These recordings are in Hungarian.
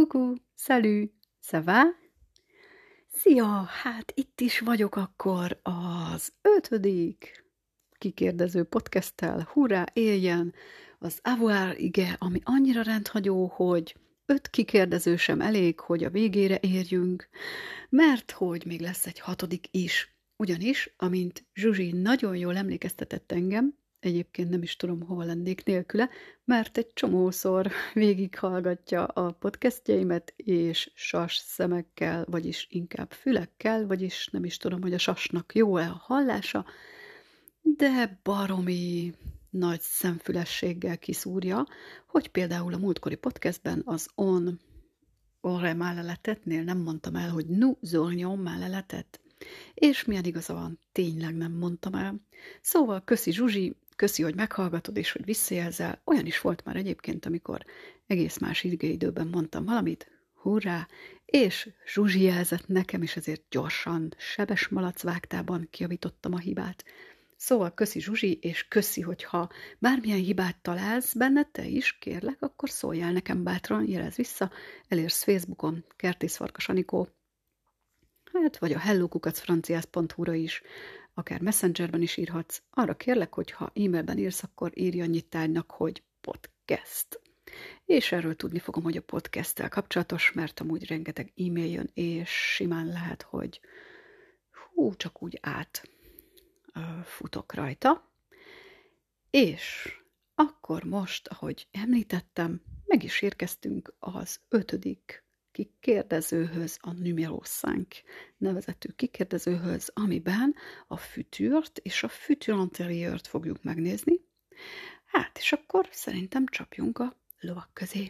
Coucou, salut, ça va? Szia, hát itt is vagyok akkor az 5. kikérdező podcasttel. Hurrá, éljen az avoir ige, ami annyira rendhagyó, hogy 5 kikérdező sem elég, hogy a végére érjünk, mert hogy még lesz egy 6. is. Ugyanis, amint Zsuzsi nagyon jól emlékeztetett engem, egyébként nem is tudom, hova lennék nélküle, mert egy csomószor végighallgatja a podcastjeimet, és sas szemekkel, vagyis inkább fülekkel, vagyis nem is tudom, hogy a sasnak jó-e a hallása, de baromi nagy szemfülességgel kiszúrja, hogy például a múltkori podcastben az aurait mal à la tête-nél nem mondtam el, hogy nous aurions mal à la tête. És milyen igaza van, tényleg nem mondtam el. Szóval köszi Zsuzsi, köszi, hogy meghallgatod és hogy visszajelzel. Olyan is volt már egyébként, amikor egész más időben mondtam valamit, hurrá, és Zsuzsi jelzett nekem, és ezért gyorsan, sebes malac vágtában kijavítottam a hibát. Szóval köszi Zsuzsi, és köszi, hogyha bármilyen hibát találsz benne, te is, kérlek, akkor szóljál nekem bátran, jelezz vissza, elérsz Facebookon, Kertész Farkas Anikó, hát vagy a hellokukacfranciász.hu-ra is, akár Messengerben is írhatsz. Arra kérlek, hogy ha e-mailben írsz, akkor írj annyit tárgynak, hogy podcast. És erről tudni fogom, hogy a podcasttel kapcsolatos, mert amúgy rengeteg e-mail jön, és simán lehet, hogy csak úgy futok rajta. És akkor most, ahogy említettem, meg is érkeztünk az 5. kikérdezőhöz, a numéro 5 nevezetű kikérdezőhöz, amiben a futurt és a futur antérieurt fogjuk megnézni. Hát, és akkor szerintem csapjunk a lovak közé.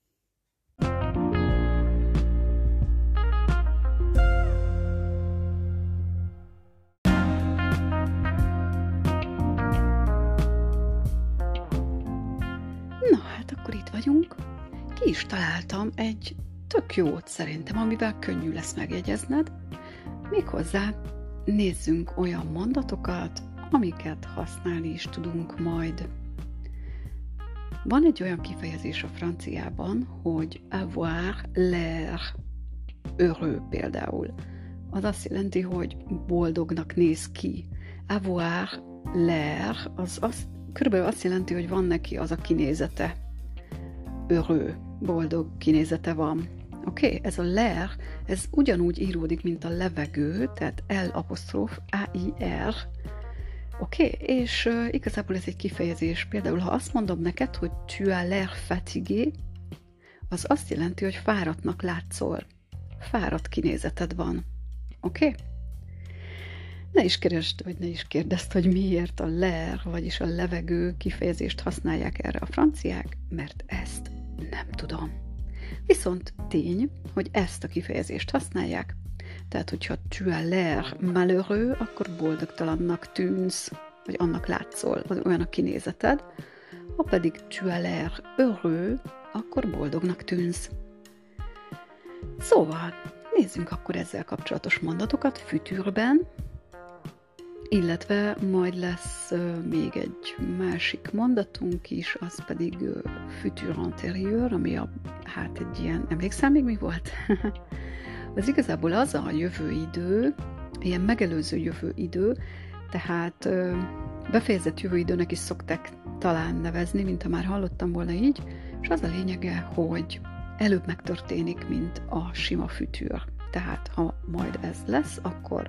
Na, hát akkor itt vagyunk. Ki is találtam egy tök jót szerintem, amivel könnyű lesz megjegyezned. Méghozzá nézzünk olyan mondatokat, amiket használni is tudunk majd. Van egy olyan kifejezés a franciában, hogy avoir l'air heureux például. Az azt jelenti, hogy boldognak néz ki. Avoir l'air, az körülbelül azt jelenti, hogy van neki az a kinézete. Heureux, boldog kinézete van. Oké, ez a l'air, ez ugyanúgy íródik, mint a levegő, tehát L'-A-I-R. Oké, és igazából ez egy kifejezés. Például, ha azt mondom neked, hogy tu as l'air fatigué, az azt jelenti, hogy fáradtnak látszol. Fáradt kinézeted van. Oké? Ne is kérdezd, hogy miért a l'air, vagyis a levegő kifejezést használják erre a franciák, mert ezt nem tudom. Viszont tény, hogy ezt a kifejezést használják, tehát hogyha tu as l'air malheureux, akkor boldogtalannak tűnsz, vagy annak látszol, vagy olyan a kinézeted, ha pedig tu as l'air heureux, akkor boldognak tűnsz. Szóval, nézzünk akkor ezzel kapcsolatos mondatokat futurben, illetve majd lesz még egy másik mondatunk is, az pedig futur antérieur, ami egy ilyen, emlékszel még mi volt? Az igazából az a jövőidő, ilyen megelőző jövőidő, tehát befejezett jövőidőnek is szokták talán nevezni, mint ha már hallottam volna így, és az a lényege, hogy előbb megtörténik, mint a sima futur. Tehát ha majd ez lesz, akkor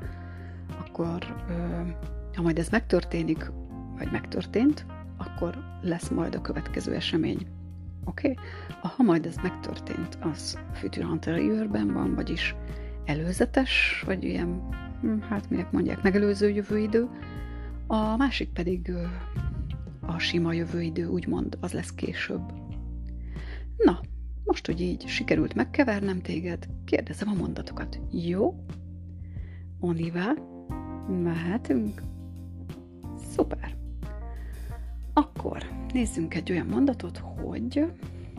ha majd ez megtörténik, vagy megtörtént, akkor lesz majd a következő esemény. Oké? Ha majd ez megtörtént, az futur antérieurben van, vagyis előzetes, vagy ilyen, minek mondják, megelőző jövőidő. A másik pedig a sima jövőidő, úgymond, az lesz később. Na, most, hogy így sikerült megkevernem téged, kérdezem a mondatokat. Jó? On y va? Mehetünk? Szuper! Akkor nézzünk egy olyan mondatot, hogy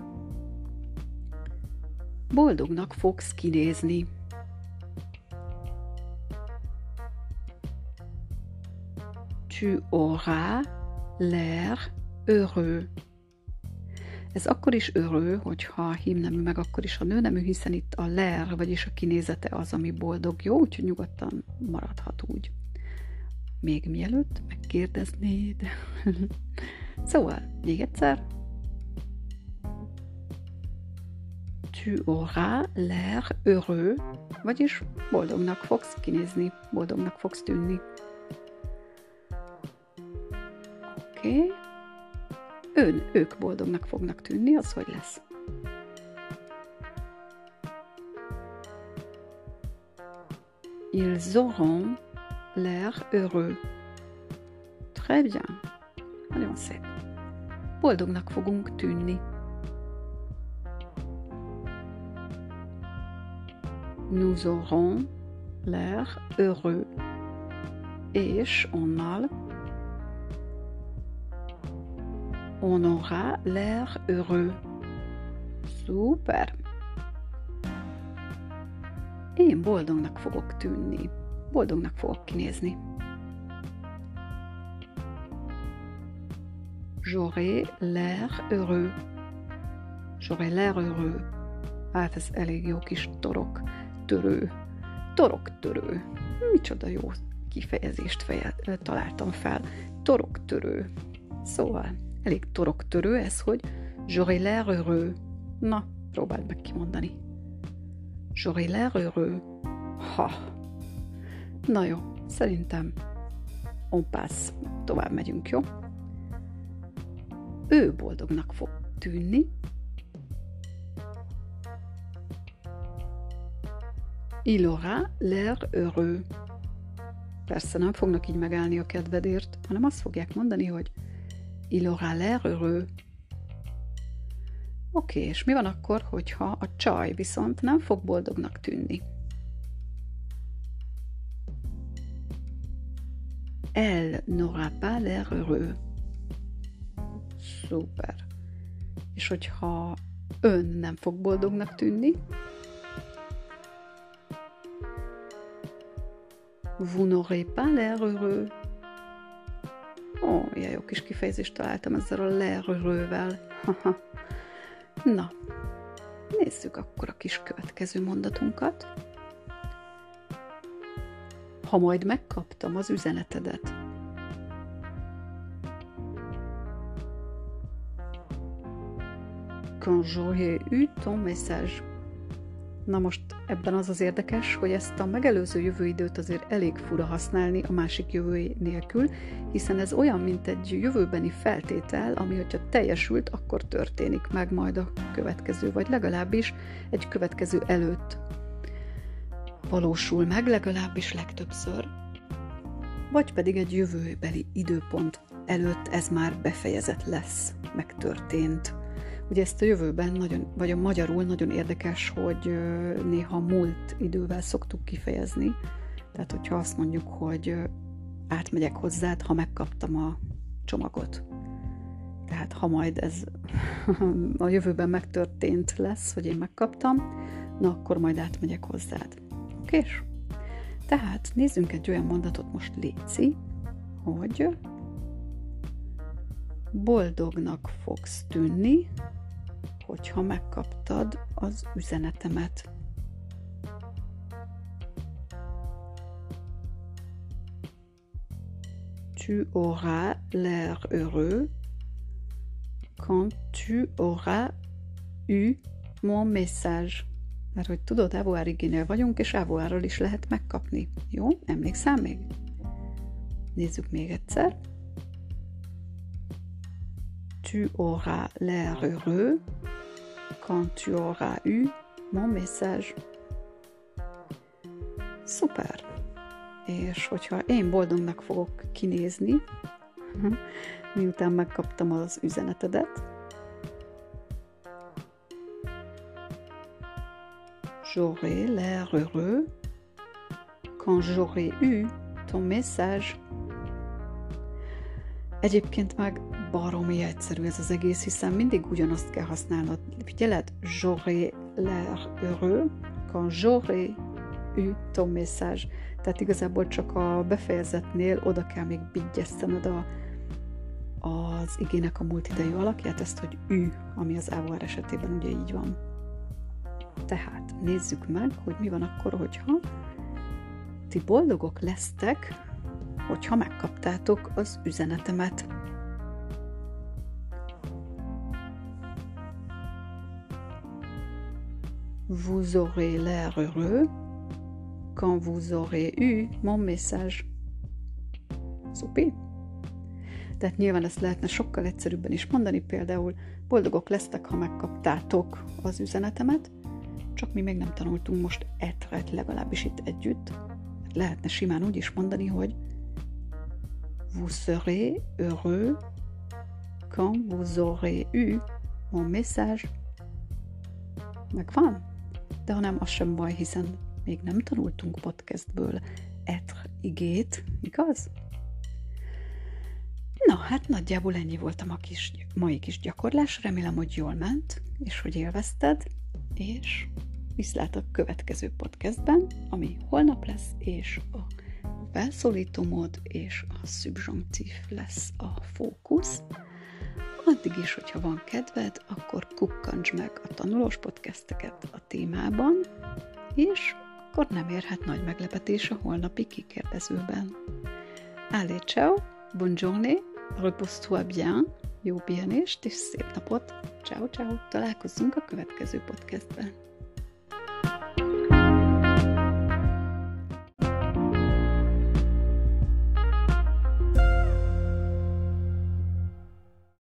boldognak fogsz kinézni. Tu auras l'air heureux. Ez akkor is heureux, hogyha hímnemű, meg akkor is a nőnemű, hiszen itt a l'air, vagyis a kinézete az, ami boldog, jó? Úgyhogy nyugodtan maradhat úgy. Még mielőtt megkérdeznéd. Szóval, még egyszer. Tu auras l'air heureux, vagyis boldognak fogsz kinézni, boldognak fogsz tűnni. Oké. Ők boldognak fognak tűnni, az hogy lesz? Ils auront l'air heureux. Très bien. Nagyon szép. Boldognak fogunk tűnni. Nous aurons l'air heureux. És onnal on aura l'air heureux. Szuper! Én boldognak fogok tűnni. Boldognak fogok kinézni. J'aurai l'air heureux. J'aurai l'air heureux. Hát ez elég jó kis torok-törő. Torok-törő. Micsoda jó kifejezést találtam fel. Torok-törő. Szóval elég torok-törő ez, hogy j'aurai l'air heureux. Na, próbáld meg kimondani. J'aurai l'air heureux. Ha. Na jó, szerintem on passe. Tovább megyünk, jó? Ő boldognak fog tűnni. Il aura l'air heureux. Persze nem fognak így megállni a kedvedért, hanem azt fogják mondani, hogy il aura l'air heureux. Oké, és mi van akkor, hogyha a csaj viszont nem fog boldognak tűnni? Elle n'aura pas l'air heureux. Szuper. És hogyha ön nem fog boldognak tűnni? Vous n'aurez pas l'air heureux. Ó, ilyen jó kis kifejezést találtam ezzel a l'air heureux-vel. Na, nézzük akkor a kis következő mondatunkat. Ha majd megkaptam az üzenetedet. Quand j'aurai eu ton message. Na most ebben az az érdekes, hogy ezt a megelőző jövőidőt azért elég fura használni a másik jövő nélkül, hiszen ez olyan, mint egy jövőbeni feltétel, ami, hogyha teljesült, akkor történik meg majd a következő, vagy legalábbis egy következő előtt valósul meg, legalábbis legtöbbször, vagy pedig egy jövőbeli időpont előtt ez már befejezett lesz, megtörtént. Ugye ezt a jövőben, vagy a magyarul nagyon érdekes, hogy néha múlt idővel szoktuk kifejezni. Tehát, hogyha azt mondjuk, hogy átmegyek hozzád, ha megkaptam a csomagot. Tehát, ha majd ez a jövőben megtörtént lesz, hogy én megkaptam, na akkor majd átmegyek hozzád. Okés? Tehát nézzünk egy olyan mondatot most, léci, hogy boldognak fogsz tűnni, hogyha megkaptad az üzenetemet. Tu auras l'air heureux quand tu auras eu mon message. Mert hogy tudod, avoir igénél vagyunk, és avoirral is lehet megkapni. Jó? Emlékszel még? Nézzük még egyszer. Tu auras l'air heureux quand tu auras eu mon message. Szuper! És hogyha én boldognak fogok kinézni, miután megkaptam az üzenetedet, j'aurai l'air heureux quand j'aurai eu ton message. Egyébként meg baromi egyszerű ez az egész, hiszen mindig ugyanazt kell használnod. Figyeled? J'aurai l'air heureux quand j'aurai eu ton message. Tehát igazából csak a befejezetnél oda kell még bigyesztened az igének a múlt idejű alakját, ezt, hogy ü, ami az avoir esetében ugye így van. Tehát nézzük meg, hogy mi van akkor, hogyha ti boldogok lesztek, hogyha megkaptátok az üzenetemet. Vous aurez l'air heureux quand vous aurez eu mon message. Szupi? Tehát nyilván ezt lehetne sokkal egyszerűbben is mondani, például boldogok lesztek, ha megkaptátok az üzenetemet, csak mi még nem tanultunk most être, legalábbis itt együtt. Lehetne simán úgy is mondani, hogy vous serez heureux quand vous aurez eu mon message. Megvan? De ha nem, az sem baj, hiszen még nem tanultunk podcastből être igét, igaz? Na, hát nagyjából ennyi volt a mai kis gyakorlás. Remélem, hogy jól ment, és hogy élvezted, és viszlát a következő podcastben, ami holnap lesz, és a felszólító mód és a szubjunktív lesz a fókusz. Addig is, hogyha van kedved, akkor kukkantsd meg a tanulós podcasteket a témában, és akkor nem érhet nagy meglepetés a holnapi kikérdezőben. Allez, ciao, bonne journée, repose-toi bien, jó pihenést és szép napot. Ciao, ciao, találkozzunk a következő podcastben.